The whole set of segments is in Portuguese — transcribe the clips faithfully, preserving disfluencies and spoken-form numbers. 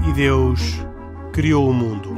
E Deus criou o mundo.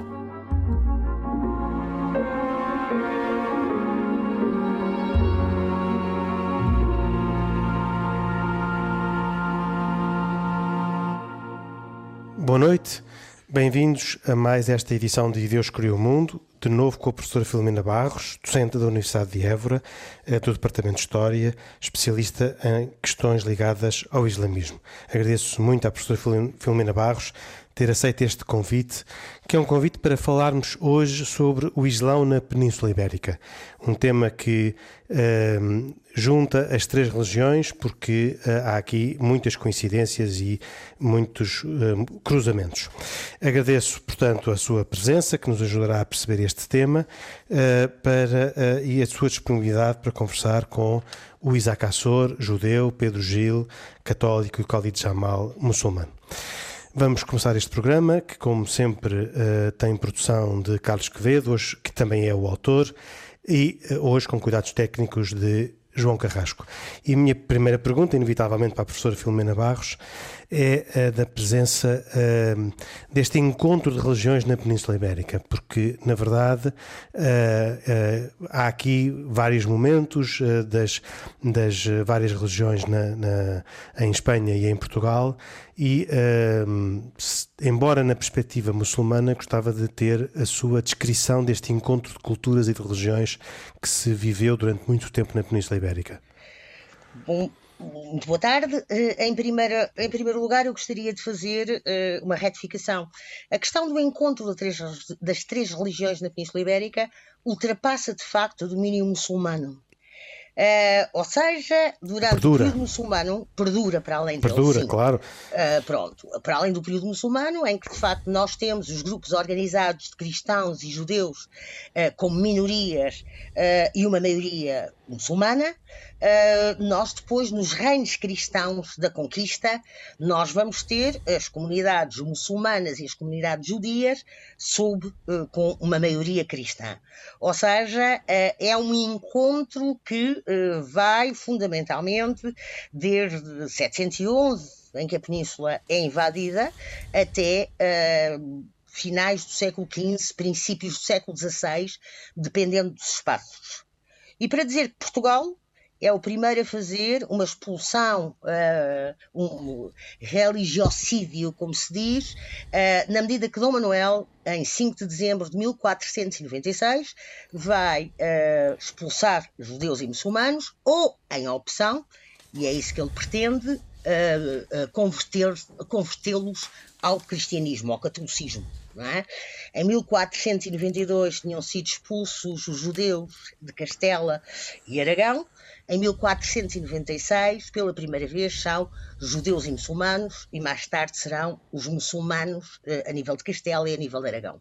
Boa noite, bem-vindos a mais esta edição de E Deus criou o mundo, de novo com a professora Filomena Barros, docente da Universidade de Évora, do Departamento de História, especialista em questões ligadas ao islamismo. Agradeço muito à professora Filomena Barros ter aceito este convite, que é um convite para falarmos hoje sobre o Islão na Península Ibérica. Um tema que uh, junta as três religiões, porque uh, há aqui muitas coincidências e muitos uh, cruzamentos. Agradeço, portanto, a sua presença, que nos ajudará a perceber este tema, uh, para, uh, e a sua disponibilidade para conversar com o Isaac Assor, judeu, Pedro Gil, católico, e Khalid Jamal, muçulmano. Vamos começar este programa, que como sempre uh, tem produção de Carlos Quevedo, hoje, que também é o autor, e uh, hoje com cuidados técnicos de João Carrasco. E a minha primeira pergunta, inevitavelmente para a professora Filomena Barros, é a da presença uh, deste encontro de religiões na Península Ibérica, porque, na verdade, uh, uh, há aqui vários momentos uh, das, das várias religiões na, na, em Espanha e em Portugal, e, uh, se, embora na perspectiva muçulmana, gostava de ter a sua descrição deste encontro de culturas e de religiões que se viveu durante muito tempo na Península Ibérica. Bom, muito boa tarde. Em, primeira, em primeiro lugar, eu gostaria de fazer uh, uma retificação. A questão do encontro das três, das três religiões na Península Ibérica ultrapassa, de facto, o domínio muçulmano. Uh, ou seja, durante perdura. o período muçulmano, perdura para além dele, Perdura, sim. claro. Uh, pronto, para além do período muçulmano, em que de facto nós temos os grupos organizados de cristãos e judeus uh, como minorias uh, e uma maioria muçulmana, uh, nós depois nos reinos cristãos da conquista, nós vamos ter as comunidades muçulmanas e as comunidades judias sob, uh, com uma maioria cristã. Ou seja, uh, é um encontro que uh, vai fundamentalmente desde setecentos e onze, em que a península é invadida, até uh, finais do século quinze, princípios do século dezasseis, dependendo dos espaços. E para dizer que Portugal é o primeiro a fazer uma expulsão, uh, um religiocídio, como se diz, uh, na medida que Dom Manuel, em cinco de dezembro de mil quatrocentos e noventa e seis, vai uh, expulsar judeus e muçulmanos, ou, em opção, e é isso que ele pretende, uh, uh, converter, convertê-los ao cristianismo, ao catolicismo. Não é? Em mil quatrocentos e noventa e dois tinham sido expulsos os judeus de Castela e Aragão. Em mil quatrocentos e noventa e seis, pela primeira vez, são judeus e muçulmanos, e mais tarde serão os muçulmanos a nível de Castela e a nível de Aragão.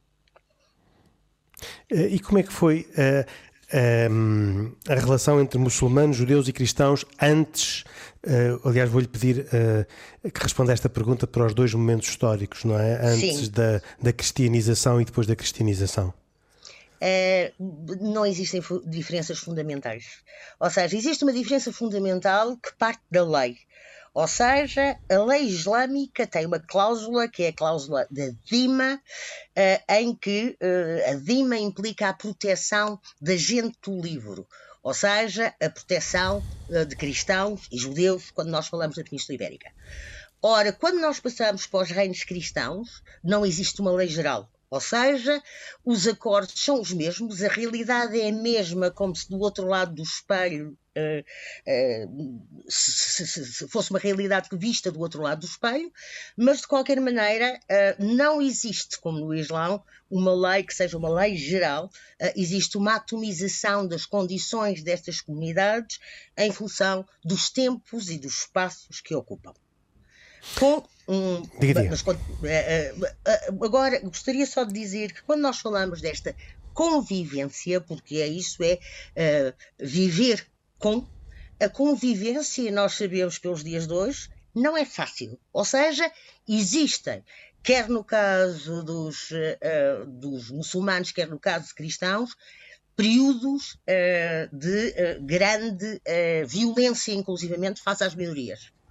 E como é que foi uh, um, a relação entre muçulmanos, judeus e cristãos antes? Uh, aliás, vou-lhe pedir uh, que responda a esta pergunta para os dois momentos históricos, não é? Antes da, da cristianização e depois da cristianização. Uh, não existem fu- diferenças fundamentais. Ou seja, existe uma diferença fundamental que parte da lei. Ou seja, a lei islâmica tem uma cláusula, que é a cláusula da dhimma, uh, em que uh, a dhimma implica a proteção da gente do livro. Ou seja, a proteção uh, de cristãos e judeus, quando nós falamos da Península Ibérica. Ora, quando nós passamos para os reinos cristãos, não existe uma lei geral. Ou seja, os acordos são os mesmos, a realidade é a mesma, como se do outro lado do espelho, uh, uh, se, se, se fosse uma realidade vista do outro lado do espelho, mas de qualquer maneira uh, não existe, como no Islão, uma lei que seja uma lei geral, uh, existe uma atomização das condições destas comunidades em função dos tempos e dos espaços que ocupam. Com um, mas, agora gostaria só de dizer que quando nós falamos desta convivência, porque é isso, é uh, viver com, a convivência, nós sabemos pelos dias de hoje, não é fácil. Ou seja, existem, quer no caso dos, uh, dos muçulmanos, quer no caso de cristãos, períodos uh, de uh, grande uh, violência, inclusivamente, face às minorias.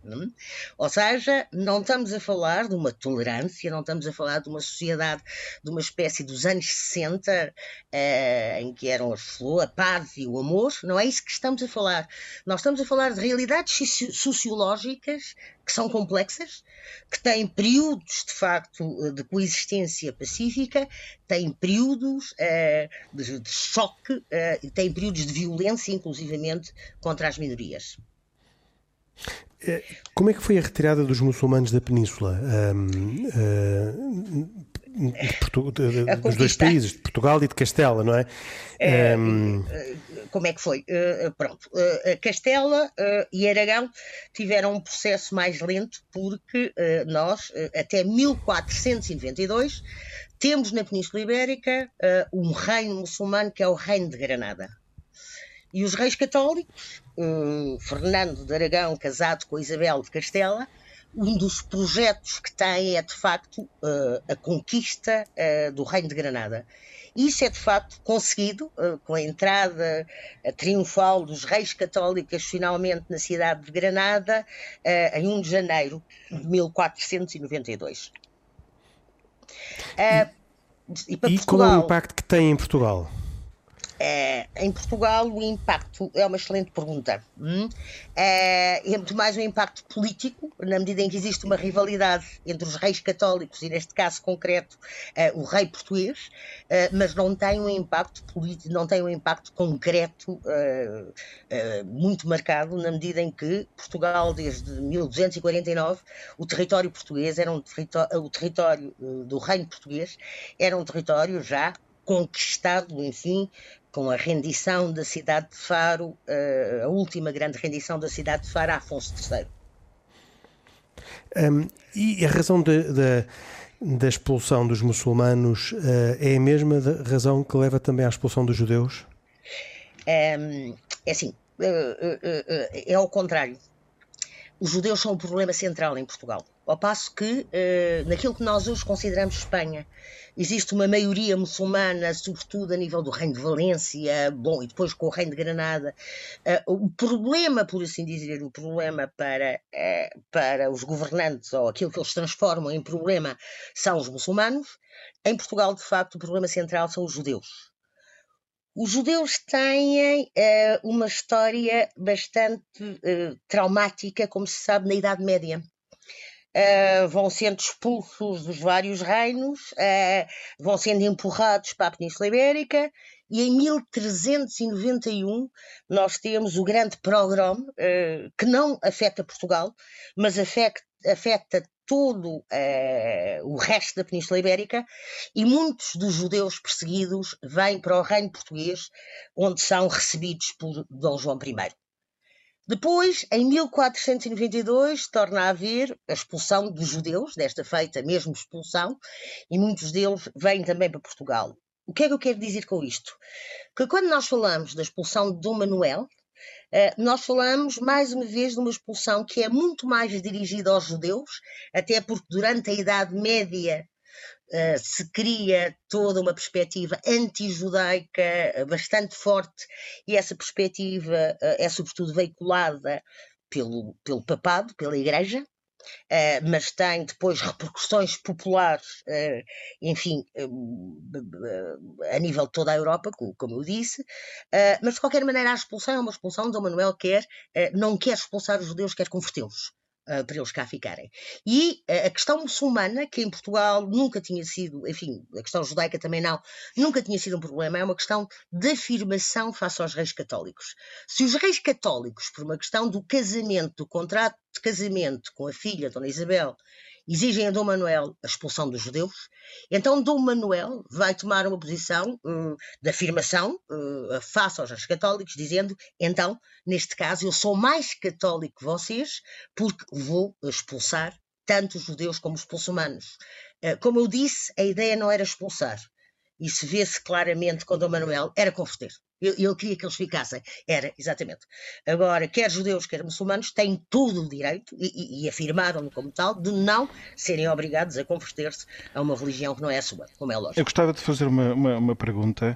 Hum? Ou seja, não estamos a falar de uma tolerância, não estamos a falar de uma sociedade, de uma espécie dos anos sessenta, eh, em que eram as flores, a paz e o amor, não é isso que estamos a falar. Nós estamos a falar de realidades sociológicas que são complexas, que têm períodos, de facto, de coexistência pacífica, têm períodos eh, de, de choque, eh, têm períodos de violência, inclusivamente, contra as minorias. Como é que foi a retirada dos muçulmanos da Península? Um, uh, de Portu de, de, dos dois países, de Portugal e de Castela, não é? é um... Como é que foi? Uh, pronto, uh, Castela uh, e Aragão tiveram um processo mais lento porque uh, nós, uh, até mil quatrocentos e noventa e dois, temos na Península Ibérica uh, um reino muçulmano que é o Reino de Granada. E os reis católicos, uh, Fernando de Aragão, casado com Isabel de Castela, um dos projetos que tem é, de facto, uh, a conquista uh, do Reino de Granada. Isso é, de facto, conseguido uh, com a entrada uh, triunfal dos reis católicos, finalmente, na cidade de Granada, uh, em um de janeiro de mil quatrocentos e noventa e dois. Uh, e, e, para e Portugal, qual é o impacto que tem em Portugal? É, em Portugal o impacto é uma excelente pergunta. Hum? É, é muito mais um impacto político, na medida em que existe uma rivalidade entre os reis católicos e, neste caso concreto, é, o rei português, é, mas não tem um impacto político, não tem um impacto concreto é, é, muito marcado, na medida em que Portugal, desde mil duzentos e quarenta e nove, o território português era um território, o território do reino português era um território já conquistado, enfim, com a rendição da cidade de Faro, a última grande rendição da cidade de Faro a Afonso terceiro. Um, e a razão de, de, da expulsão dos muçulmanos uh, é a mesma razão que leva também à expulsão dos judeus? Um, é assim, uh, uh, uh, é ao contrário. Os judeus são o problema central em Portugal. Ao passo que, uh, naquilo que nós hoje consideramos Espanha, existe uma maioria muçulmana, sobretudo a nível do Reino de Valência, bom, e depois com o Reino de Granada. Uh, o problema, por assim dizer, o problema para, uh, para os governantes, ou aquilo que eles transformam em problema, são os muçulmanos. Em Portugal, de facto, o problema central são os judeus. Os judeus têm uh, uma história bastante uh, traumática, como se sabe, na Idade Média. Uh, vão sendo expulsos dos vários reinos, uh, vão sendo empurrados para a Península Ibérica, e em mil trezentos e noventa e um nós temos o grande pogrom, uh, que não afeta Portugal, mas afeta, afeta todo uh, o resto da Península Ibérica, e muitos dos judeus perseguidos vêm para o reino português, onde são recebidos por Dom João I. Depois, em mil quatrocentos e noventa e dois, torna a haver a expulsão dos judeus, desta feita mesmo expulsão, e muitos deles vêm também para Portugal. O que é que eu quero dizer com isto? Que quando nós falamos da expulsão de Dom Manuel, nós falamos, mais uma vez, de uma expulsão que é muito mais dirigida aos judeus, até porque durante a Idade Média Uh, se cria toda uma perspectiva anti-judaica uh, bastante forte, e essa perspectiva uh, é sobretudo veiculada pelo, pelo papado, pela Igreja, uh, mas tem depois repercussões populares, uh, enfim, uh, a nível de toda a Europa, como, como eu disse, uh, mas de qualquer maneira a expulsão é uma expulsão de Dom Manuel quer, uh, não quer expulsar os judeus, quer convertê-los. Uh, para eles cá ficarem. E uh, a questão muçulmana, que em Portugal nunca tinha sido, enfim, a questão judaica também não, nunca tinha sido um problema, é uma questão de afirmação face aos reis católicos. Se os reis católicos, por uma questão do casamento, do contrato de casamento com a filha, Dona Isabel, exigem a Dom Manuel a expulsão dos judeus, então Dom Manuel vai tomar uma posição uh, de afirmação uh, face aos reis católicos, dizendo, então, neste caso, eu sou mais católico que vocês, porque vou expulsar tanto os judeus como os muçulmanos. Uh, como eu disse, a ideia não era expulsar. isso vê-se claramente com Dom Manuel, era converter. Ele queria que eles ficassem. Era, exatamente. Agora, quer judeus, quer muçulmanos, têm todo o direito, e, e, e afirmaram-no como tal, de não serem obrigados a converter-se a uma religião que não é a sua, como é lógico. Eu gostava de fazer uma, uma, uma pergunta,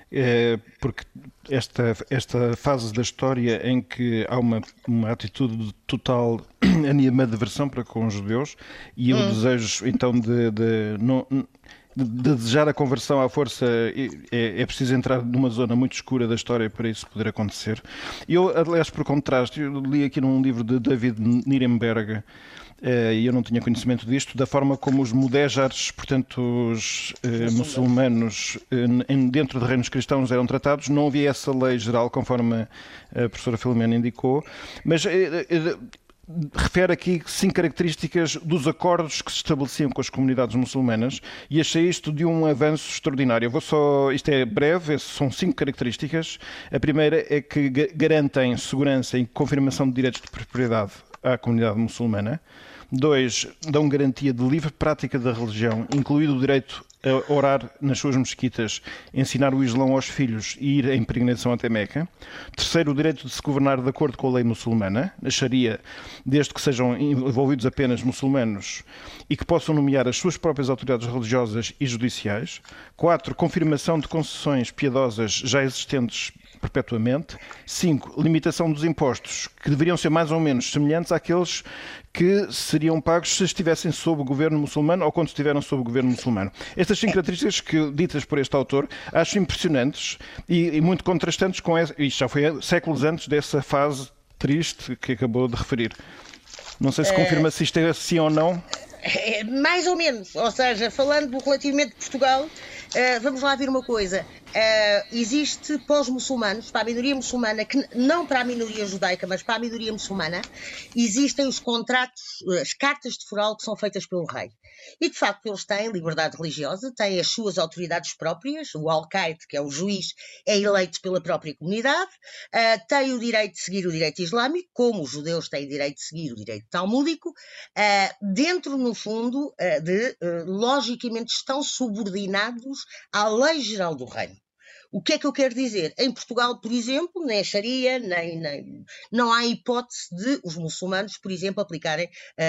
é, porque esta, esta fase da história em que há uma, uma atitude de total animadversão para com os judeus e hum. o desejo, então, de... de não, De, de desejar a conversão à força, é, é preciso entrar numa zona muito escura da história para isso poder acontecer. Eu, aliás, por contraste, eu li aqui num livro de David Nirenberg, e eu não tinha conhecimento disto, da forma como os mudéjares, portanto os eh, muçulmanos eh, dentro de reinos cristãos eram tratados. Não havia essa lei geral, conforme a professora Filomena indicou, mas... Eh, eh, refere aqui cinco características dos acordos que se estabeleciam com as comunidades muçulmanas e achei isto de um avanço extraordinário. Eu vou só, isto é breve, são cinco características. A primeira é que garantem segurança e confirmação de direitos de propriedade à comunidade muçulmana. Dois, dão garantia de livre prática da religião, incluído o direito a orar nas suas mesquitas, ensinar o Islão aos filhos e ir em peregrinação até Meca. Terceiro, o direito de se governar de acordo com a lei muçulmana, a Sharia, desde que sejam envolvidos apenas muçulmanos e que possam nomear as suas próprias autoridades religiosas e judiciais. Quatro, confirmação de concessões piedosas já existentes perpetuamente. Cinco, limitação dos impostos, que deveriam ser mais ou menos semelhantes àqueles que seriam pagos se estivessem sob o governo muçulmano ou quando estiveram sob o governo muçulmano. Estas cinco características que, ditas por este autor, acho impressionantes e, e muito contrastantes com essa, isto já foi séculos antes dessa fase triste que acabou de referir. Não sei se confirma se isto é assim ou não. É, mais ou menos, ou seja, falando relativamente de Portugal, uh, vamos lá ver uma coisa. Uh, existe para os muçulmanos, para a minoria muçulmana, que não para a minoria judaica, mas para a minoria muçulmana, existem os contratos, as cartas de foral que são feitas pelo rei. E de facto eles têm liberdade religiosa, têm as suas autoridades próprias, o alcaide, que é o juiz, é eleito pela própria comunidade, uh, tem o direito de seguir o direito islâmico, como os judeus têm direito de seguir o direito talmúdico, uh, dentro, no fundo, uh, de, uh, logicamente, estão subordinados à lei geral do reino. O que é que eu quero dizer? Em Portugal, por exemplo, nem a Sharia, nem, nem, não há hipótese de os muçulmanos, por exemplo, aplicarem uh,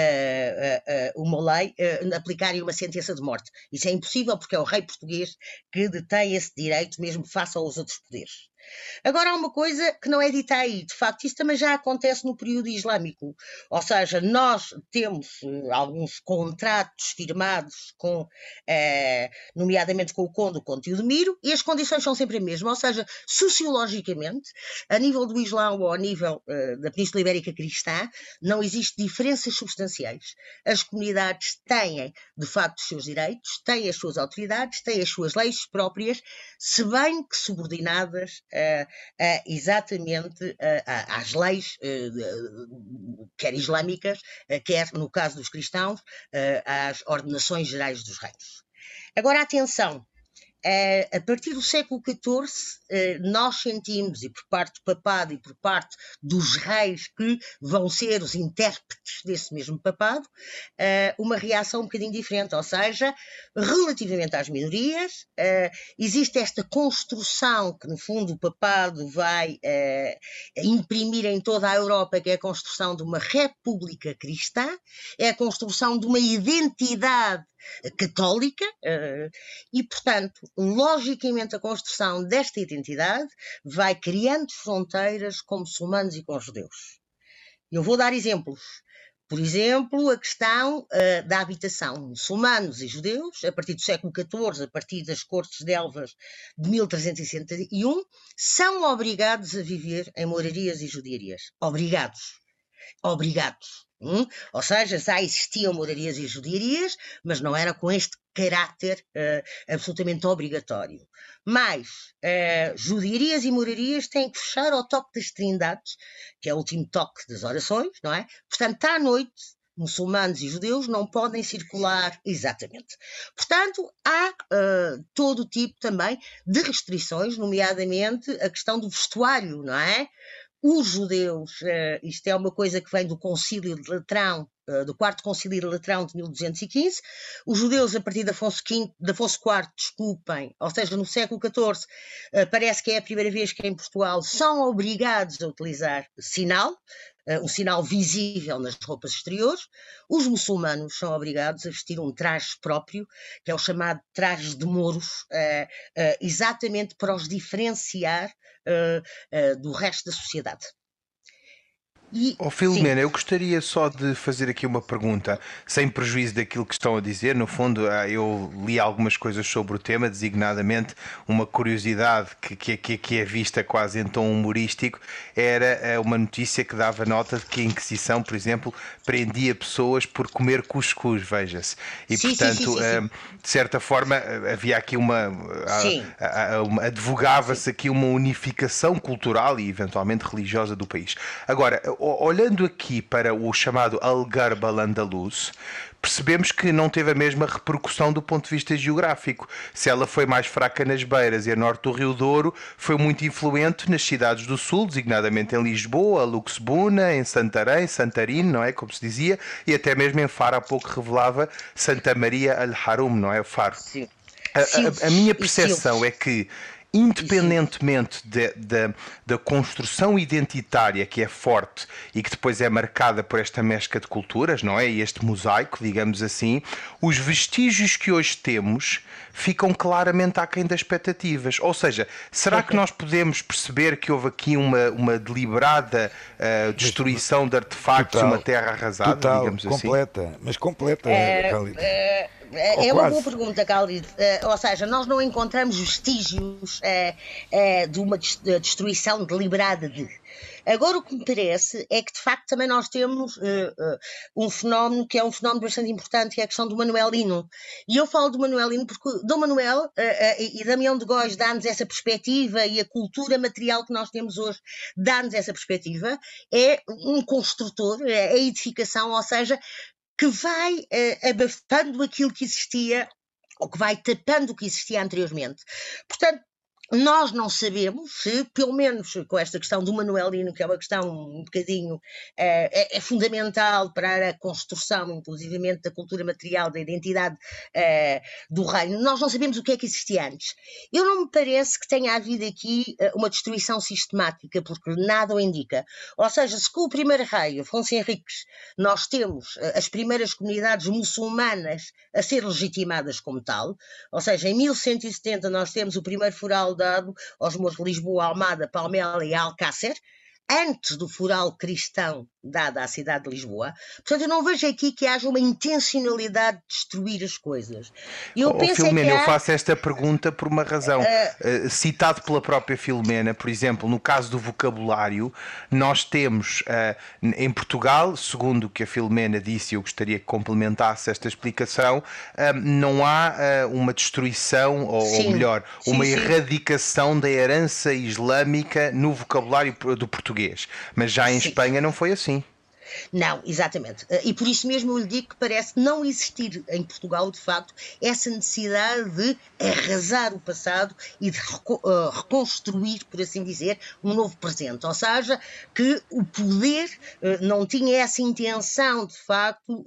uh, uh, uma lei, uh, aplicarem uma sentença de morte. Isso é impossível porque é o rei português que detém esse direito, mesmo face aos outros poderes. Agora há uma coisa que não é dita aí, de facto isso também já acontece no período islâmico, ou seja, nós temos uh, alguns contratos firmados com, uh, nomeadamente com o Conde, o Conde Teodomiro, e as condições são sempre a mesma, ou seja, sociologicamente, a nível do Islão ou a nível uh, da Península Ibérica Cristã, não existe diferenças substanciais. As comunidades têm, de facto, os seus direitos, têm as suas autoridades, têm as suas leis próprias, se bem que subordinadas Uh, uh, exatamente uh, às leis, uh, quer islâmicas, uh, quer, no caso dos cristãos, uh, às ordenações gerais dos reinos. Agora, atenção, uh, a partir do século catorze, uh, nós sentimos, e por parte do papado e por parte dos reis que vão ser os intérpretes desse mesmo papado, uh, uma reação um bocadinho diferente, ou seja, relativamente às minorias, uh, existe esta construção que, no fundo, o papado vai uh, imprimir em toda a Europa, que é a construção de uma república cristã, é a construção de uma identidade católica, uh, e, portanto, logicamente a construção desta identidade vai criando fronteiras com muçulmanos e com judeus. Eu vou dar exemplos. Por exemplo, a questão uh, da habitação. Muçulmanos e judeus, a partir do século catorze, a partir das Cortes de Elvas de mil trezentos e sessenta e um, são obrigados a viver em morarias e judiarias. Obrigados. Obrigados. Hum? Ou seja, já existiam morarias e judiarias, mas não era com este caráter uh, absolutamente obrigatório. Mas uh, judiarias e morarias têm que fechar ao toque das trindades, que é o último toque das orações, não é? Portanto, à noite, muçulmanos e judeus não podem circular, exatamente. Portanto, há uh, todo o tipo também de restrições, nomeadamente a questão do vestuário, não é? Os judeus, uh, isto é uma coisa que vem do Concílio de Latrão, do quarto Concílio de Latrão de mil duzentos e quinze. Os judeus, a partir de Afonso quinto, de Afonso quarto, desculpem, ou seja, no século catorze, parece que é a primeira vez que em Portugal são obrigados a utilizar sinal, um sinal visível nas roupas exteriores. Os muçulmanos são obrigados a vestir um traje próprio, que é o chamado traje de mouros, exatamente para os diferenciar do resto da sociedade. E, oh, Filomena, eu gostaria só de fazer aqui uma pergunta, sem prejuízo daquilo que estão a dizer. No fundo, eu li algumas coisas sobre o tema, designadamente uma curiosidade que, que, que é vista quase em tom humorístico, era uma notícia que dava nota de que a Inquisição, por exemplo, prendia pessoas por comer cuscuz, veja-se. E, sim, portanto, sim, sim, sim, sim. de certa forma, havia aqui uma... advogava-se aqui uma unificação cultural e, eventualmente, religiosa do país. Agora, olhando aqui para o chamado Algarve al-Andalus, percebemos que não teve a mesma repercussão do ponto de vista geográfico. Se ela foi mais fraca nas beiras e a norte do Rio Douro, foi muito influente nas cidades do sul, designadamente em Lisboa, Luxebuna, em Santarém, Santarino, não é, como se dizia, e até mesmo em Faro, há pouco revelava Santa Maria al-Harum, não é, o Faro. Sim. A, a, a minha percepção é que, independentemente da construção identitária que é forte e que depois é marcada por esta mescla de culturas, não é? E este mosaico, digamos assim, os vestígios que hoje temos ficam claramente aquém das expectativas. Ou seja, será que nós podemos perceber que houve aqui uma, uma deliberada uh, destruição de artefactos, total, uma terra arrasada, total, digamos completa, assim? Mas completa, é, Khalid. É... É uma boa pergunta, Khalid. Uh, ou seja, nós não encontramos vestígios uh, uh, de uma destruição deliberada de... Agora, o que me parece é que, de facto, também nós temos uh, uh, um fenómeno que é um fenómeno bastante importante, que é a questão do Manuelino. E eu falo do Manuelino porque Dom Manuel uh, uh, e Damião de Góis dá-nos essa perspectiva, e a cultura material que nós temos hoje dá-nos essa perspectiva. É um construtor, é a edificação, ou seja, que vai uh, abafando aquilo que existia, ou que vai tapando o que existia anteriormente. Portanto, nós não sabemos se, pelo menos com esta questão do Manuelino, que é uma questão um bocadinho, é, é, é fundamental para a construção, inclusivamente, da cultura material, da identidade é, do reino, nós não sabemos o que é que existia antes. Eu não me parece que tenha havido aqui uma destruição sistemática, porque nada o indica. Ou seja, se com o primeiro rei, Afonso Henriques, nós temos as primeiras comunidades muçulmanas a ser legitimadas como tal, ou seja, em mil cento e setenta nós temos o primeiro foral dado aos mouros de Lisboa, Almada, Palmela e Alcácer, antes do foral cristão dado à cidade de Lisboa. Portanto, eu não vejo aqui que haja uma intencionalidade de destruir as coisas. Eu, oh, penso Filomena, é que há... eu faço esta pergunta por uma razão. Uh... Uh, citado pela própria Filomena, por exemplo, no caso do vocabulário, nós temos uh, em Portugal, segundo o que a Filomena disse, eu gostaria que complementasse esta explicação, uh, não há uh, uma destruição, ou, ou melhor, sim, uma sim. erradicação da herança islâmica no vocabulário do português. Mas já em sim. Espanha não foi assim. Não, exatamente. E por isso mesmo eu lhe digo que parece não existir em Portugal, de facto, essa necessidade de arrasar o passado e de reconstruir, por assim dizer, um novo presente. Ou seja, que o poder não tinha essa intenção, de facto,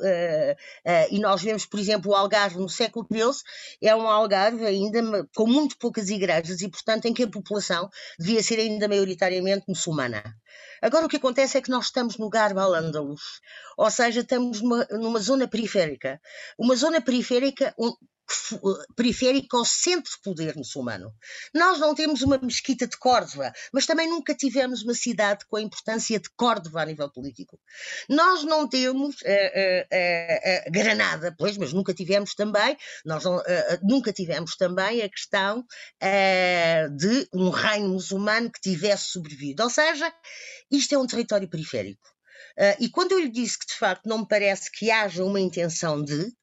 e nós vemos, por exemplo, o Algarve no século treze, é um Algarve ainda com muito poucas igrejas e, portanto, em que a população devia ser ainda maioritariamente muçulmana. Agora o que acontece é que nós estamos no Algarve al-Andalus, ou seja, estamos numa, numa zona periférica, uma zona periférica, um, periférica ao centro de poder muçulmano. Nós não temos uma mesquita de Córdoba, mas também nunca tivemos uma cidade com a importância de Córdoba a nível político. Nós não temos uh, uh, uh, uh, Granada, pois, mas nunca tivemos também, nós não, uh, nunca tivemos também a questão uh, de um reino muçulmano que tivesse sobrevivido. Ou seja, isto é um território periférico. Uh, e quando eu lhe disse que, de facto, não me parece que haja uma intenção de, uh,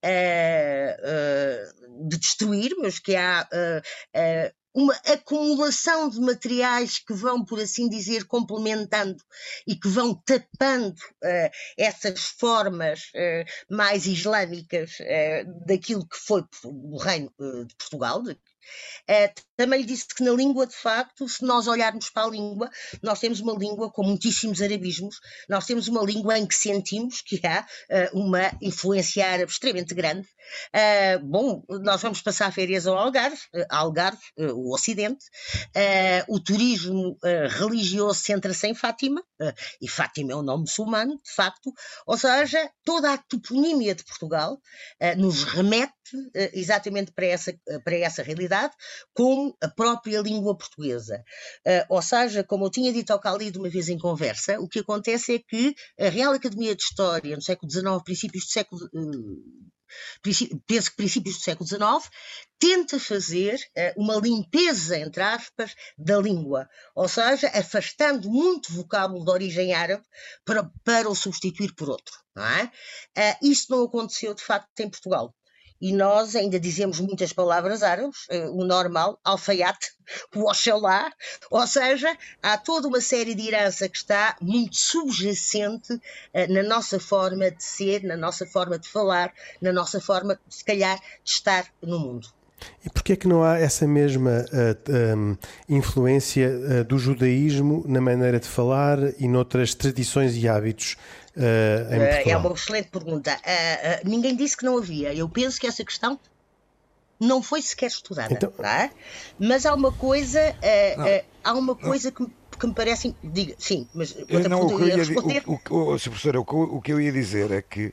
uh, de destruir, mas que há uh, uh, uma acumulação de materiais que vão, por assim dizer, complementando e que vão tapando uh, essas formas uh, mais islâmicas uh, daquilo que foi o reino uh, de Portugal, de, Uh, também lhe disse que na língua, de facto, se nós olharmos para a língua, nós temos uma língua com muitíssimos arabismos, nós temos uma língua em que sentimos que há uh, uma influência árabe extremamente grande. Uh, bom, nós vamos passar férias ao Algarve, uh, Algarve, uh, o Ocidente, uh, o turismo uh, religioso centra-se em Fátima, uh, e Fátima é um nome muçulmano, de facto, ou seja, toda a toponímia de Portugal uh, nos remete uh, exatamente para essa, uh, para essa realidade, como a própria língua portuguesa. Uh, ou seja, como eu tinha dito ao Khalid uma vez em conversa, o que acontece é que a Real Academia de História, no século dezenove, princípios do século... Uh, penso que princípios do século dezenove, tenta fazer uh, uma limpeza, entre aspas, da língua, ou seja, afastando muito vocábulo de origem árabe para, para o substituir por outro. Não é? Uh, isso não aconteceu, de facto, em Portugal. E nós ainda dizemos muitas palavras árabes, uh, o normal, alfaiate, o oxalá, ou seja, há toda uma série de herança que está muito subjacente uh, na nossa forma de ser, na nossa forma de falar, na nossa forma, se calhar, de estar no mundo. E porquê é que não há essa mesma uh, um, influência uh, do judaísmo na maneira de falar e noutras tradições e hábitos uh, em Portugal? É uma excelente pergunta. Uh, uh, ninguém disse que não havia. Eu penso que essa questão não foi sequer estudada. Então... Tá? Mas há uma coisa, uh, uh, há uma coisa que, que me parece... Diga, sim, mas eu não, o que eu ia responder... O, o, o, professor, o, o que eu ia dizer é que,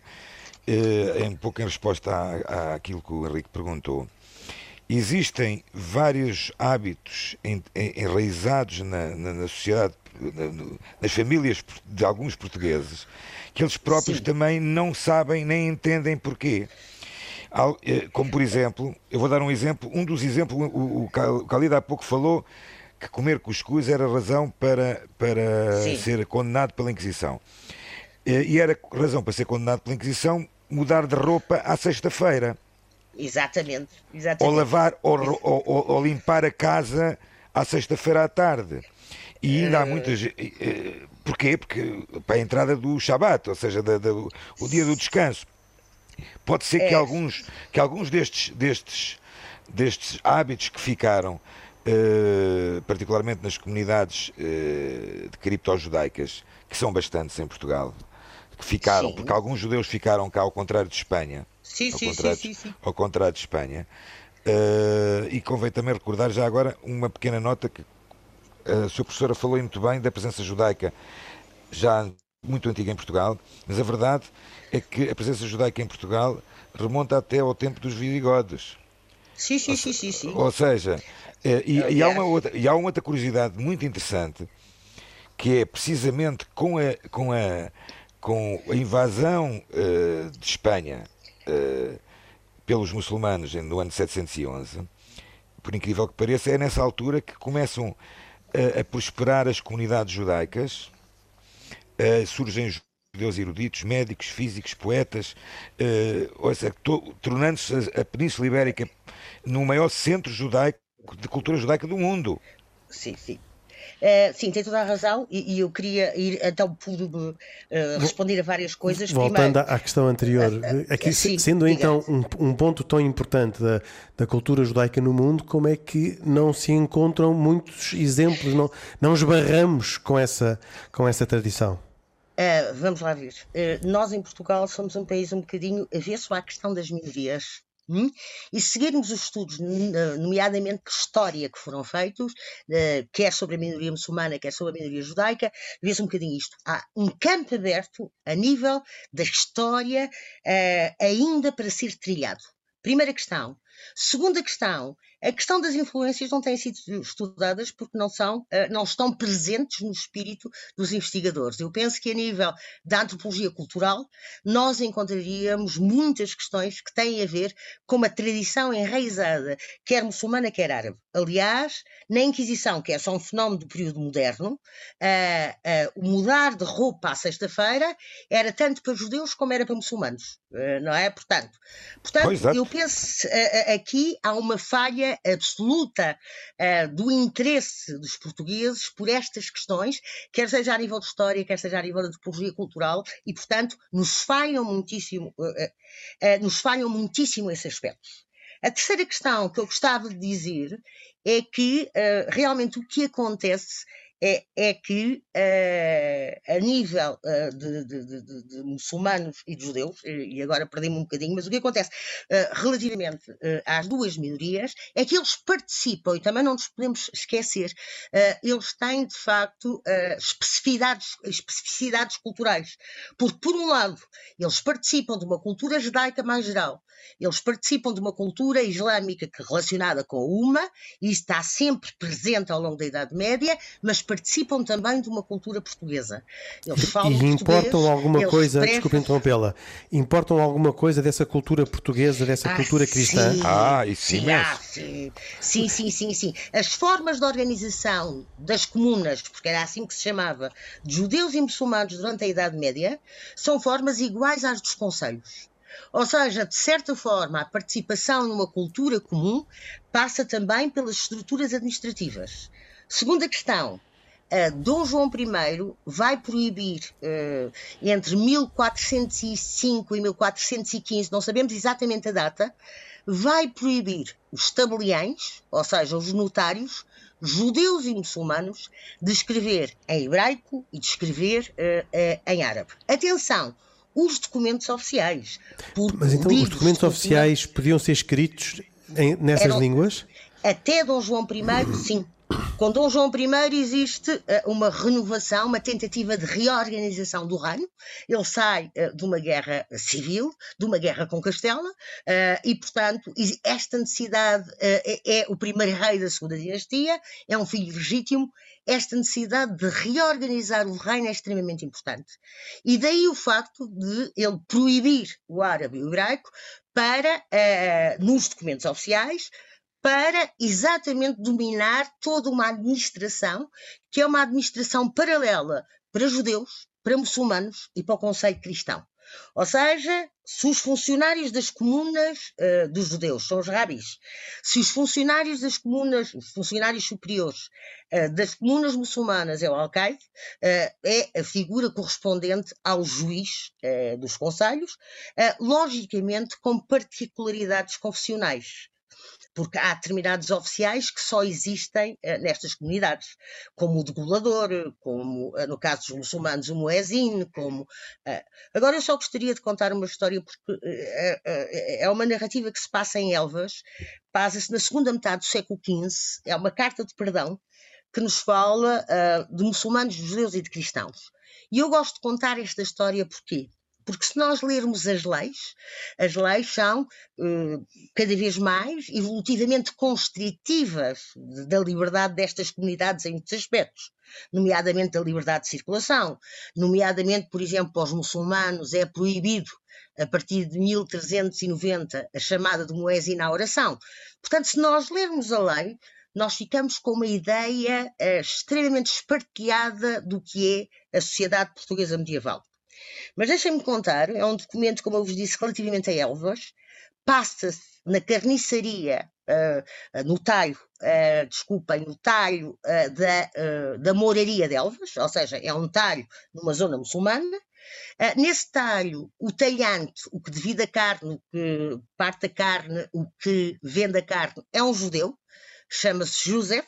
uh, em pouco em resposta à, àquilo que o Henrique perguntou, existem vários hábitos enraizados na, na, na sociedade, na, nas famílias de alguns portugueses, que eles próprios Sim. também não sabem nem entendem porquê. Como, por exemplo, eu vou dar um exemplo, um dos exemplos, o, o Khalid há pouco falou que comer cuscuz era razão para, para ser condenado pela Inquisição. E era razão para ser condenado pela Inquisição mudar de roupa à sexta-feira. Exatamente, exatamente. Ou lavar ou, ou, ou, ou limpar a casa à sexta-feira à tarde. E ainda uh... há muitas. Porquê? Porque para a entrada do Shabat, ou seja, da, da, o dia do descanso. Pode ser é. que alguns, que alguns destes, destes, destes hábitos que ficaram, uh, particularmente nas comunidades uh, de cripto-judaicas, que são bastantes em Portugal, que ficaram, Sim. porque alguns judeus ficaram cá ao contrário de Espanha. Sim, ao, sim, contrário, sim, sim, sim. ao contrário de Espanha. Uh, e convém também recordar já agora uma pequena nota que a sua professora falou muito bem da presença judaica já muito antiga em Portugal, mas a verdade é que a presença judaica em Portugal remonta até ao tempo dos visigodos. Sim, sim, sim, sim, sim. Ou seja, e, e, há uma outra, e há uma outra curiosidade muito interessante, que é precisamente com a, com a, com a invasão uh, de Espanha uh, pelos muçulmanos no ano setecentos e onze, por incrível que pareça, é nessa altura que começam a, a prosperar as comunidades judaicas. Uh, surgem judeus eruditos, médicos, físicos, poetas, uh, tornando-se a, a Península Ibérica no maior centro judaico, de cultura judaica do mundo. Sim, sim. Uh, sim, tem toda a razão, e, e eu queria ir então por uh, responder a várias coisas. Voltando Primeiro, à questão anterior, uh, aqui, sim, sendo diga. então um, um ponto tão importante da, da cultura judaica no mundo, como é que não se encontram muitos exemplos, não, não esbarramos com essa, com essa tradição? Uh, vamos lá ver. Uh, nós em Portugal somos um país um bocadinho avesso à questão das minorias. Hum? E se seguirmos os estudos, nomeadamente de história que foram feitos, uh, quer sobre a minoria muçulmana, quer sobre a minoria judaica, vê-se um bocadinho isto. Há um campo aberto a nível da história uh, ainda para ser trilhado. Primeira questão. Segunda questão, a questão das influências não têm sido estudadas porque não, são, não estão presentes no espírito dos investigadores. Eu penso que a nível da antropologia cultural nós encontraríamos muitas questões que têm a ver com uma tradição enraizada, quer muçulmana, quer árabe. Aliás, na Inquisição, que é só um fenómeno do período moderno, uh, uh, o mudar de roupa à sexta-feira era tanto para judeus como era para muçulmanos, uh, não é? Portanto, portanto eu penso... Uh, aqui há uma falha absoluta uh, do interesse dos portugueses por estas questões, quer seja a nível de história, quer seja a nível de antropologia cultural, e, portanto, nos falham muitíssimo, uh, uh, uh, nos falham muitíssimo esse aspecto. A terceira questão que eu gostava de dizer é que uh, realmente o que acontece é, é que uh, a nível uh, de, de, de, de muçulmanos e de judeus, e agora perdi-me um bocadinho, mas o que acontece uh, relativamente uh, às duas minorias é que eles participam, e também não nos podemos esquecer, uh, eles têm de facto uh, especificidades, especificidades culturais, porque por um lado eles participam de uma cultura judaica mais geral, eles participam de uma cultura islâmica que relacionada com uma, e isso está sempre presente ao longo da Idade Média, mas participam também de uma cultura portuguesa. Eles falam e importam alguma coisa, preferem... desculpe interrompê-la, importam alguma coisa dessa cultura portuguesa, dessa ah, cultura cristã? Sim, ah, isso sim, ah, sim, sim, sim, sim, sim. As formas de organização das comunas, porque era assim que se chamava, de judeus e muçulmanos durante a Idade Média, são formas iguais às dos concelhos. Ou seja, de certa forma, a participação numa cultura comum passa também pelas estruturas administrativas. Segunda questão, uh, Dom João I vai proibir uh, entre mil quatrocentos e cinco e mil quatrocentos e quinze, não sabemos exatamente a data, vai proibir os tabeliães, ou seja, os notários, judeus e muçulmanos, de escrever em hebraico e de escrever uh, uh, em árabe. Atenção! Os documentos oficiais. Mas então os documentos oficiais podiam ser escritos em, nessas eram, línguas? Até Dom João I, sim. Com Dom João I existe uh, uma renovação, uma tentativa de reorganização do reino. Ele sai uh, de uma guerra civil, de uma guerra com Castela, uh, e, portanto, esta necessidade uh, é, é o primeiro rei da segunda dinastia, é um filho legítimo. Esta necessidade de reorganizar o reino é extremamente importante. E daí o facto de ele proibir o árabe e o hebraico para, uh, nos documentos oficiais, para exatamente dominar toda uma administração, que é uma administração paralela para judeus, para muçulmanos e para o conceito cristão. Ou seja, se os funcionários das comunas uh, dos judeus são os rabis, se os funcionários das comunas, os funcionários superiores uh, das comunas muçulmanas é o alcaide, uh, é a figura correspondente ao juiz uh, dos conselhos, uh, logicamente com particularidades confessionais. Porque há determinados oficiais que só existem uh, nestas comunidades, como o degolador, como, uh, no caso dos muçulmanos, o muezzin, como... Uh, agora eu só gostaria de contar uma história, porque uh, uh, é uma narrativa que se passa em Elvas, passa-se na segunda metade do século quinze, é uma carta de perdão que nos fala uh, de muçulmanos, de judeus e de cristãos. E eu gosto de contar esta história porquê? Porque se nós lermos as leis, as leis são uh, cada vez mais evolutivamente constritivas da liberdade destas comunidades em muitos aspectos, nomeadamente da liberdade de circulação, nomeadamente, por exemplo, para os muçulmanos é proibido a partir de mil trezentos e noventa a chamada de muezzin à oração. Portanto, se nós lermos a lei, nós ficamos com uma ideia uh, extremamente espartilhada do que é a sociedade portuguesa medieval. Mas deixem-me contar, é um documento, como eu vos disse, relativamente a Elvas, passa-se na carniçaria, uh, no talho, uh, desculpem, no talho uh, da, uh, da mouraria de Elvas, ou seja, é um talho numa zona muçulmana. Uh, nesse talho, o talhante, o que divide a carne, o que parte a carne, o que vende a carne, é um judeu, chama-se José.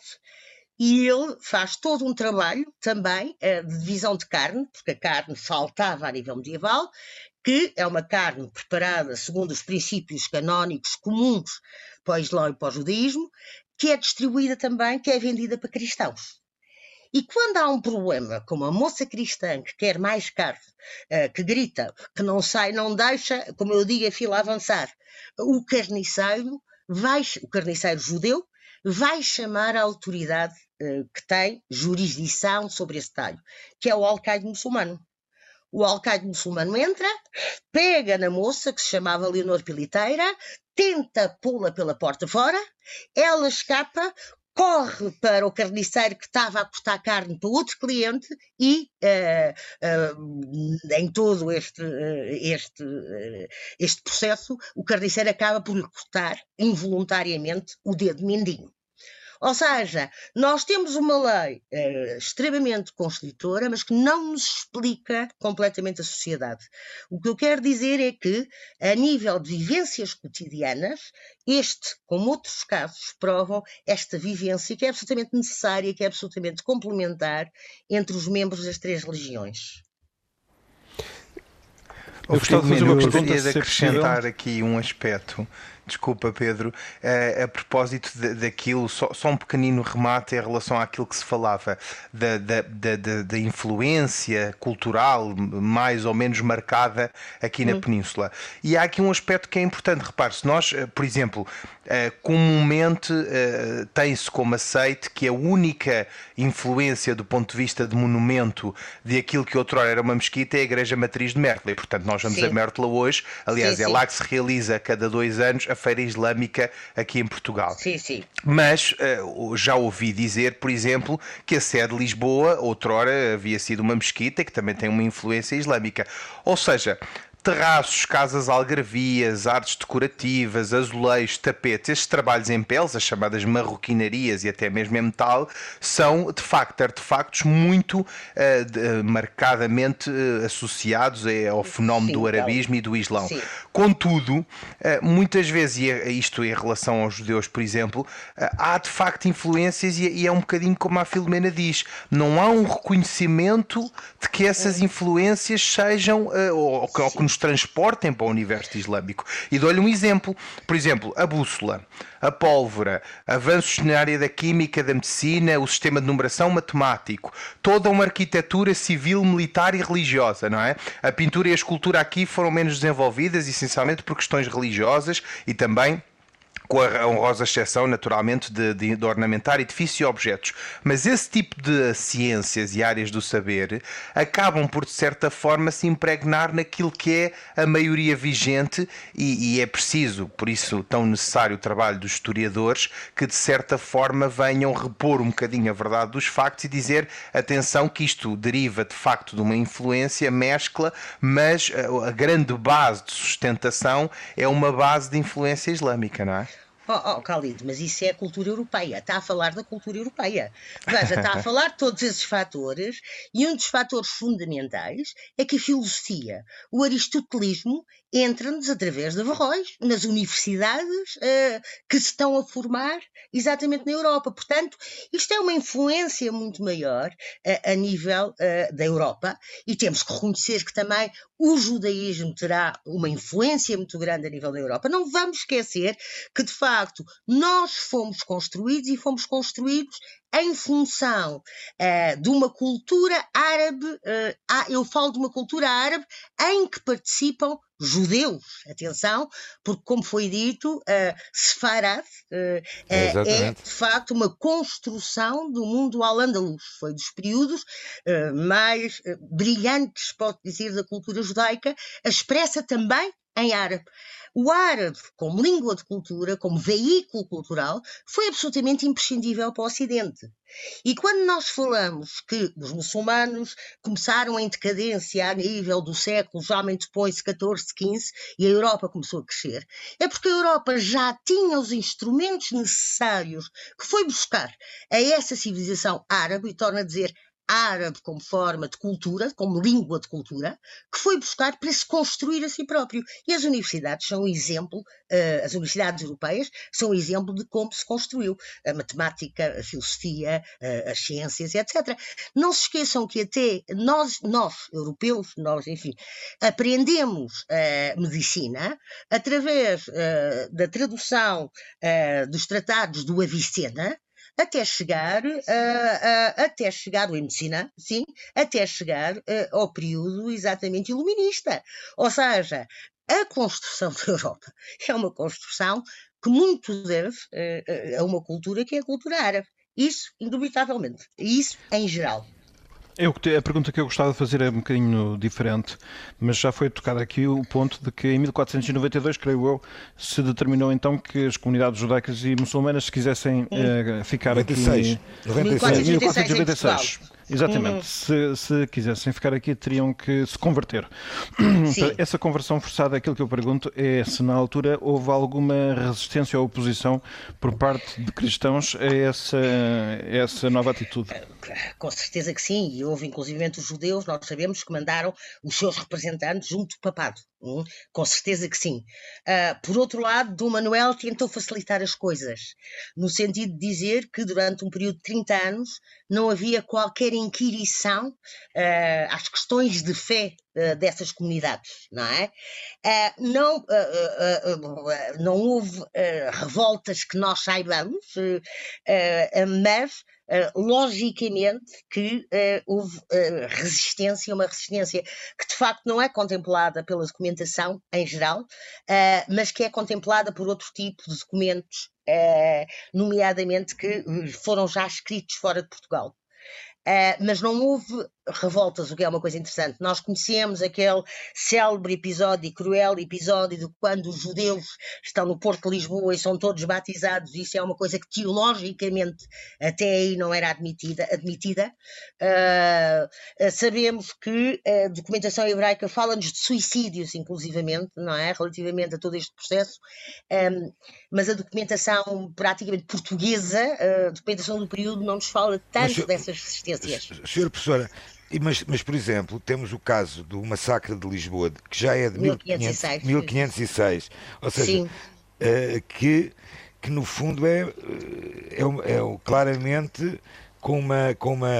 E ele faz todo um trabalho também uh, de divisão de carne, porque a carne faltava a nível medieval, que é uma carne preparada segundo os princípios canónicos comuns para o Islão e para o judaísmo, que é distribuída também, que é vendida para cristãos. E quando há um problema, como a moça cristã que quer mais carne, uh, que grita, que não sai, não deixa, como eu digo, a fila avançar, o carniceiro, vai, o carniceiro judeu, vai chamar a autoridade uh, que tem jurisdição sobre esse talho, que é o alcaide muçulmano. O alcaide muçulmano entra, pega na moça, que se chamava Leonor Piliteira, tenta pô-la pela porta fora, ela escapa, corre para o carniceiro que estava a cortar carne para outro cliente e uh, uh, em todo este, uh, este, uh, este processo o carniceiro acaba por lhe cortar involuntariamente o dedo mindinho. Ou seja, nós temos uma lei eh, extremamente constritora, mas que não nos explica completamente a sociedade. O que eu quero dizer é que, a nível de vivências cotidianas, este, como outros casos, provam esta vivência que é absolutamente necessária, que é absolutamente complementar entre os membros das três religiões. Eu gostava de fazer uma pergunta, gostaria de acrescentar aqui um aspecto. Desculpa, Pedro, a, a propósito de, daquilo, só, só um pequenino remate em relação àquilo que se falava da, da, da, da, da influência cultural mais ou menos marcada aqui na hum. Península. E há aqui um aspecto que é importante. Repare, se nós, por exemplo, comumente tem-se como aceite que a única influência do ponto de vista de monumento de aquilo que outrora era uma mesquita é a Igreja Matriz de Mértola. E, portanto, nós vamos sim. a Mértola hoje. Aliás, sim, é sim. lá que se realiza a cada dois anos a Feira Islâmica aqui em Portugal. Sim, sim. Mas uh, já ouvi dizer, por exemplo, que a sede de Lisboa, outrora, havia sido uma mesquita que também tem uma influência islâmica. Ou seja, terraços, casas algarvias, artes decorativas, azulejos, tapetes, estes trabalhos em peles, as chamadas marroquinarias e até mesmo em metal, são de facto artefactos muito uh, de, marcadamente uh, associados ao fenómeno sim, do arabismo então, e do islão. Sim. Contudo, uh, muitas vezes, e isto em relação aos judeus, por exemplo, uh, há de facto influências e, e é um bocadinho como a Filomena diz, não há um reconhecimento de que essas influências sejam, uh, ou, ou que nos transportem para o universo islâmico. E dou-lhe um exemplo. Por exemplo, a bússola, a pólvora, avanços na área da química, da medicina, o sistema de numeração matemático, toda uma arquitetura civil, militar e religiosa, não é? A pintura e a escultura aqui foram menos desenvolvidas, essencialmente por questões religiosas e também com a honrosa exceção, naturalmente, de, de, de ornamentar edifícios e objetos. Mas esse tipo de ciências e áreas do saber acabam por, de certa forma, se impregnar naquilo que é a maioria vigente e, e é preciso, por isso, tão necessário o trabalho dos historiadores, que, de certa forma, venham repor um bocadinho a verdade dos factos e dizer, atenção, que isto deriva, de facto, de uma influência, mescla, mas a, a grande base de sustentação é uma base de influência islâmica, não é? Oh, oh, Khalid, mas isso é a cultura europeia. Está a falar da cultura europeia. Veja, está a falar de todos esses fatores e um dos fatores fundamentais é que a filosofia, o aristotelismo, entra-nos através de Averroes, nas universidades uh, que se estão a formar exatamente na Europa. Portanto, isto é uma influência muito maior uh, a nível uh, da Europa e temos que reconhecer que também o judaísmo terá uma influência muito grande a nível da Europa. Não vamos esquecer que, de facto, De facto, nós fomos construídos e fomos construídos em função uh, de uma cultura árabe, uh, eu falo de uma cultura árabe em que participam judeus, atenção, porque como foi dito, uh, Sefarad uh, é, é de facto uma construção do mundo al-andalus, foi dos períodos uh, mais uh, brilhantes, pode dizer, da cultura judaica, expressa também em árabe. O árabe, como língua de cultura, como veículo cultural, foi absolutamente imprescindível para o Ocidente. E quando nós falamos que os muçulmanos começaram em decadência a nível do século, geralmente depois de catorze, quinze, e a Europa começou a crescer, é porque a Europa já tinha os instrumentos necessários que foi buscar a essa civilização árabe, e torna a dizer árabe como forma de cultura, como língua de cultura, que foi buscar para se construir a si próprio. E as universidades são um exemplo, uh, as universidades europeias são um exemplo de como se construiu a matemática, a filosofia, uh, as ciências, etcétera. Não se esqueçam que até nós, nós europeus, nós, enfim, aprendemos uh, medicina através uh, da tradução uh, dos tratados do Avicena, até chegar, uh, uh, até chegar, em medicina, sim, até chegar uh, ao período exatamente iluminista. Ou seja, a construção da Europa é uma construção que muito deve uh, a uma cultura que é a cultura árabe. Isso, indubitavelmente. E isso em geral. Eu, a pergunta que eu gostava de fazer é um bocadinho diferente, mas já foi tocado aqui o ponto de que em mil quatrocentos e noventa e dois, creio eu, se determinou então que as comunidades judaicas e muçulmanas, se quisessem hum. uh, ficar noventa e seis. aqui... noventa e seis. mil quatrocentos e noventa e seis. Exatamente. Uhum. Se, se quisessem ficar aqui, teriam que se converter. Sim. Essa conversão forçada, aquilo que eu pergunto é se na altura houve alguma resistência ou oposição por parte de cristãos a essa, a essa nova atitude. Com certeza que sim, e houve inclusivamente os judeus, nós sabemos, que mandaram os seus representantes junto do papado. Hum, com certeza que sim. Uh, por outro lado, Dom Manuel tentou facilitar as coisas, no sentido de dizer que durante um período de trinta anos não havia qualquer inquirição uh, às questões de fé uh, dessas comunidades, não é? Uh, não, uh, uh, uh, não houve uh, revoltas que nós saibamos, uh, uh, mas Uh, logicamente que uh, houve uh, resistência, uma resistência que de facto não é contemplada pela documentação em geral, uh, mas que é contemplada por outro tipo de documentos, uh, nomeadamente que foram já escritos fora de Portugal. Uh, mas não houve revoltas, o que é uma coisa interessante. Nós conhecemos aquele célebre episódio, cruel episódio de quando os judeus estão no Porto de Lisboa e são todos batizados. Isso é uma coisa que teologicamente até aí não era admitida. admitida. Uh, sabemos que a documentação hebraica fala-nos de suicídios, inclusivamente, não é? Relativamente a todo este processo. Um, mas a documentação praticamente portuguesa, a documentação do período, não nos fala tanto mas, dessas resistências. Senhora Professora, mas, mas, por exemplo, temos o caso do massacre de Lisboa, que já é de mil quinhentos e seis, ou seja, uh, que, que no fundo é, é, é claramente com uma, com uma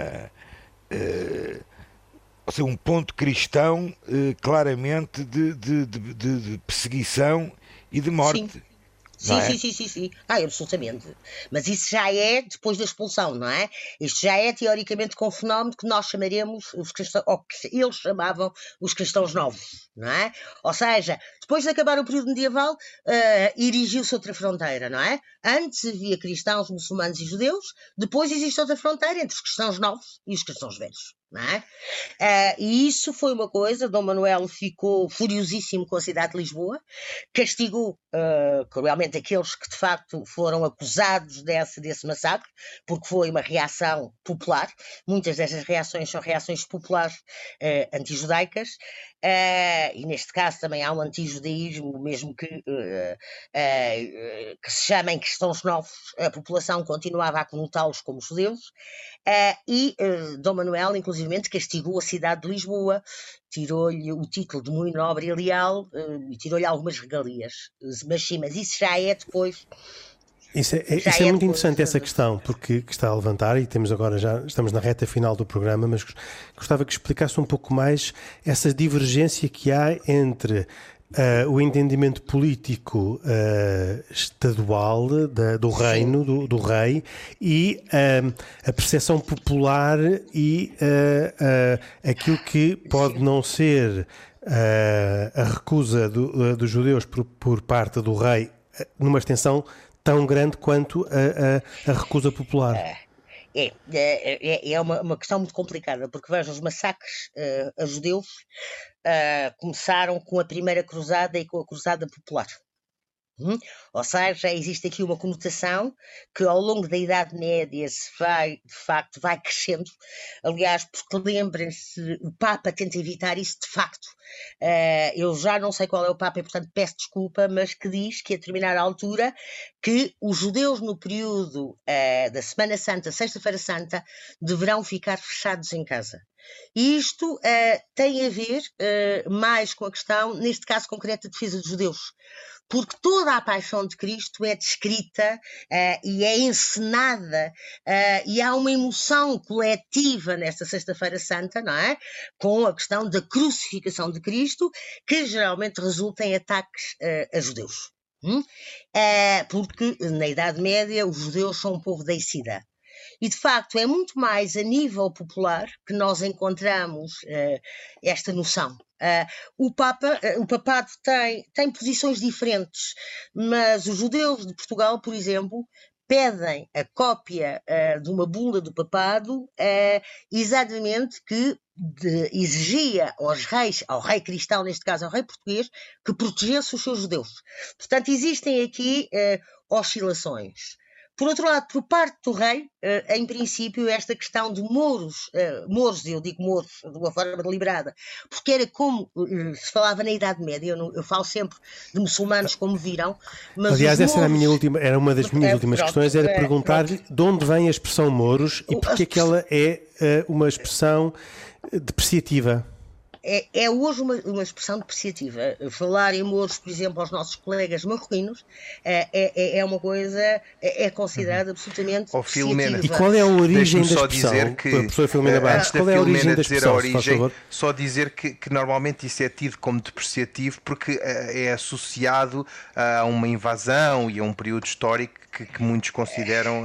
uh, ou seja, um ponto cristão uh, claramente de, de, de, de perseguição e de morte. Sim. Sim, é? sim, sim, sim, sim. Ah, absolutamente. Mas isso já é depois da expulsão, não é? Isto já é teoricamente com um fenómeno que nós chamaremos os cristãos, ou que eles chamavam os cristãos novos, não é? Ou seja, depois de acabar o período medieval, uh, erigiu-se outra fronteira, não é? Antes havia cristãos, muçulmanos e judeus, depois existe outra fronteira entre os cristãos novos e os cristãos velhos. Não é? Uh, e isso foi uma coisa. Dom Manuel ficou furiosíssimo com a cidade de Lisboa, castigou uh, cruelmente aqueles que de facto foram acusados desse, desse massacre, porque foi uma reação popular. Muitas destas reações são reações populares uh, antijudaicas, uh, e neste caso também há um antijudaísmo, mesmo que, uh, uh, que se chamem cristãos novos. A população continuava a conotá-los como judeus, uh, e uh, Dom Manuel, inclusive, castigou a cidade de Lisboa, tirou-lhe o título de muito nobre e leal uh, e tirou-lhe algumas regalias. Mas sim, mas isso já é depois. Isso é, é, isso é, é muito depois, interessante, essa questão, porque que está a levantar, e temos agora já, estamos na reta final do programa, mas gostava que explicasse um pouco mais essa divergência que há entre Uh, o entendimento político uh, estadual da, do reino, do, do rei, e uh, a percepção popular e uh, uh, aquilo que pode não ser uh, a recusa do, uh, dos judeus por, por parte do rei numa extensão tão grande quanto a, a, a recusa popular. É, é, é uma, uma questão muito complicada, porque vejam, os massacres uh, a judeus uh, começaram com a primeira cruzada e com a cruzada popular. Hum? Ou seja, existe aqui uma conotação que ao longo da Idade Média se vai, de facto, vai crescendo. Aliás, porque lembrem-se, o Papa tenta evitar isso de facto. Uh, eu já não sei qual é o Papa e, portanto, peço desculpa, mas que diz que a determinada altura que os judeus no período uh, da Semana Santa, Sexta-feira Santa, deverão ficar fechados em casa. E isto uh, tem a ver uh, mais com a questão, neste caso concreto, da defesa dos judeus. Porque toda a paixão de Cristo é descrita uh, e é encenada uh, e há uma emoção coletiva nesta Sexta-feira Santa, não é? Com a questão da crucificação de Cristo, que geralmente resulta em ataques uh, a judeus. Hum? Uh, porque na Idade Média os judeus são um povo deicida. E, de facto, é muito mais a nível popular que nós encontramos uh, esta noção. Uh, o, Papa, uh, o papado tem, tem posições diferentes, mas os judeus de Portugal, por exemplo, pedem a cópia uh, de uma bula do papado uh, exatamente que de, exigia aos reis, ao rei cristão, neste caso ao rei português, que protegesse os seus judeus. Portanto, existem aqui uh, oscilações. Por outro lado, por parte do rei, em princípio, esta questão de mouros, mouros, eu digo mouros de uma forma deliberada, porque era como se falava na Idade Média, eu, não, eu falo sempre de muçulmanos como viram, mas aliás, essa mouros, era, a minha última, era uma das minhas é, últimas pronto, questões, era é, perguntar-lhe de onde vem a expressão mouros e porque é que ela é uh, uma expressão depreciativa. É, é hoje uma, uma expressão depreciativa. Falar em mouros, por exemplo, aos nossos colegas marroquinos é, é, é uma coisa, é, é considerada absolutamente oh, depreciativa. E qual é a origem da só expressão? Dizer que, professora Filomena Barros, qual é a origem da expressão, origem, se faz favor? Só dizer que, que normalmente isso é tido como depreciativo porque é associado a uma invasão e a um período histórico que, que muitos consideram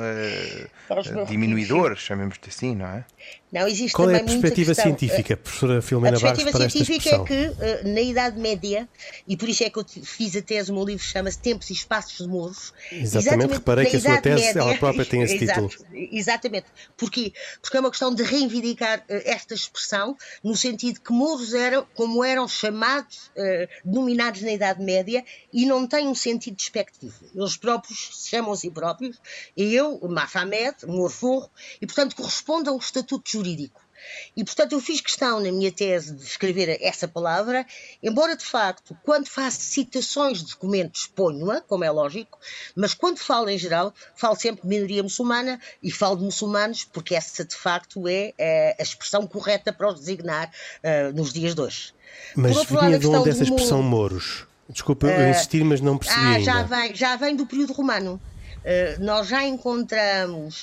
uh, diminuidor, chamemos-te assim, não é? Não, existe Qual é a também perspectiva muita questão, científica, professora Filomena Barros, para esta expressão? A perspectiva científica é que, na Idade Média, e por isso é que eu fiz a tese, o meu livro chama-se Tempos e Espaços de Mouros. Exatamente, exatamente reparei que a sua tese, média, ela própria tem esse exato, título. Exatamente. Porquê? Porque é uma questão de reivindicar uh, esta expressão, no sentido que mouros eram, como eram chamados, uh, denominados na Idade Média, e não têm um sentido despectivo. Eles próprios se chamam a si próprios, e eu, Mafamed, Mouro Forro, e portanto correspondem a um estatuto jurídico. E, portanto, eu fiz questão na minha tese de escrever essa palavra, embora, de facto, quando faço citações de documentos ponho-a, como é lógico, mas quando falo em geral, falo sempre de minoria muçulmana e falo de muçulmanos, porque essa, de facto, é, é a expressão correta para os designar uh, nos dias de hoje. Mas Por outro vinha lado, de onde essa do expressão mouros? Desculpa eu uh, insistir, mas não percebi ah, ainda. Já vem, já vem do período romano. Uh, nós já encontramos...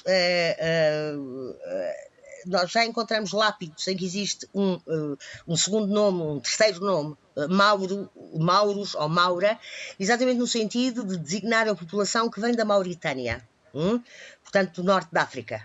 Uh, uh, uh, Nós já encontramos lápides em que existe um, uh, um segundo nome, um terceiro nome, uh, Mauro, Mauros ou Maura, exatamente no sentido de designar a população que vem da Mauritânia, hum? portanto do norte da África.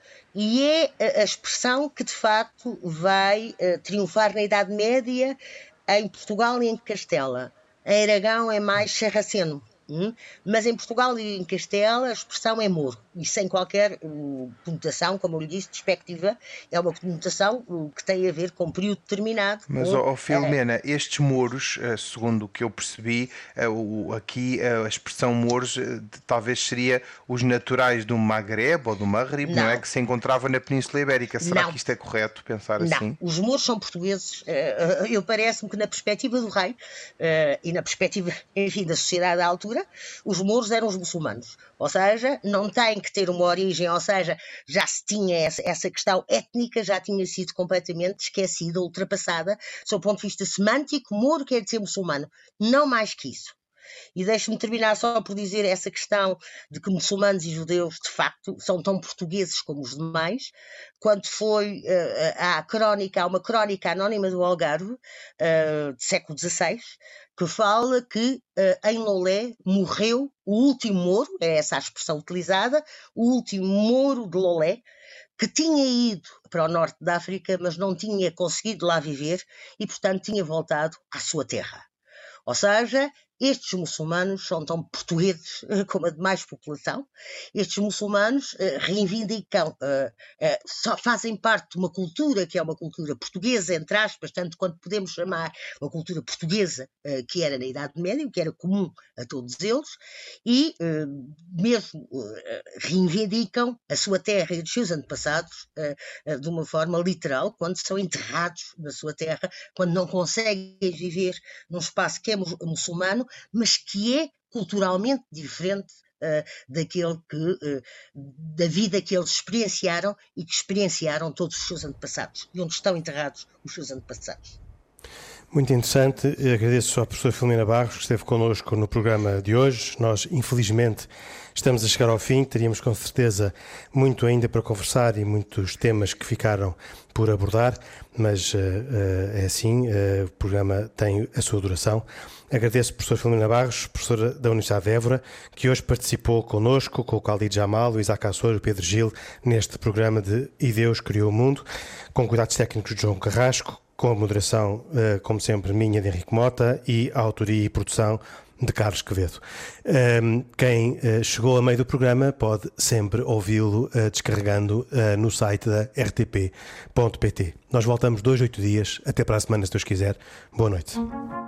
E é a, a expressão que de facto vai uh, triunfar na Idade Média em Portugal e em Castela. Em Aragão é mais sarraceno. Hum? Mas em Portugal e em Castela a expressão é mouro e sem qualquer uh, conotação, como eu lhe disse, despectiva, é uma conotação uh, que tem a ver com um período determinado. Mas, ó oh, Filomena, é... estes mouros, uh, segundo o que eu percebi, uh, o, aqui uh, a expressão mouros uh, talvez seria os naturais do Magreb ou do Maghrib, não, não é? Que se encontrava na Península Ibérica. Será não. que isto é correto pensar não. assim? Os mouros são portugueses. Uh, eu parece-me que na perspectiva do rei uh, e na perspectiva, enfim, da sociedade à altura, os mouros eram os muçulmanos, ou seja, não têm que ter uma origem, ou seja, já se tinha essa, essa questão étnica, já tinha sido completamente esquecida, ultrapassada, sob o ponto de vista semântico. Mouro quer dizer muçulmano, não mais que isso. E deixe-me terminar só por dizer essa questão de que muçulmanos e judeus, de facto, são tão portugueses como os demais. Quando foi uh, à crónica, há uma crónica anónima do Algarve, uh, de século dezasseis, que fala que uh, em Lolé morreu o último mouro, é essa a expressão utilizada, o último mouro de Lolé, que tinha ido para o norte da África, mas não tinha conseguido lá viver e, portanto, tinha voltado à sua terra. Ou seja, estes muçulmanos são tão portugueses como a demais população. Estes muçulmanos uh, reivindicam, uh, uh, só fazem parte de uma cultura que é uma cultura portuguesa, entre aspas, tanto quanto podemos chamar uma cultura portuguesa, uh, que era na Idade Média, que era comum a todos eles, e uh, mesmo uh, reivindicam a sua terra e os seus antepassados uh, uh, de uma forma literal, quando são enterrados na sua terra, quando não conseguem viver num espaço que é muçulmano, mas que é culturalmente diferente uh, daquele que, uh, da vida que eles experienciaram e que experienciaram todos os seus antepassados e onde estão enterrados os seus antepassados. Muito interessante. Agradeço à professora Filomena Barros que esteve connosco no programa de hoje. Nós, infelizmente, estamos a chegar ao fim. Teríamos com certeza muito ainda para conversar e muitos temas que ficaram por abordar, mas uh, uh, é assim, uh, o programa tem a sua duração. Agradeço à professora Filomena Barros, professora da Universidade de Évora, que hoje participou connosco, com o Khalid Jamal, o Isaac Assor e o Pedro Gil, neste programa de E Deus Criou o Mundo, com cuidados técnicos de João Carrasco, com a moderação, como sempre, minha, de Henrique Mota, e a autoria e produção de Carlos Quevedo. Quem chegou a meio do programa pode sempre ouvi-lo descarregando no site da r t p ponto p t. Nós voltamos dois, oito dias. Até para a semana, se Deus quiser. Boa noite.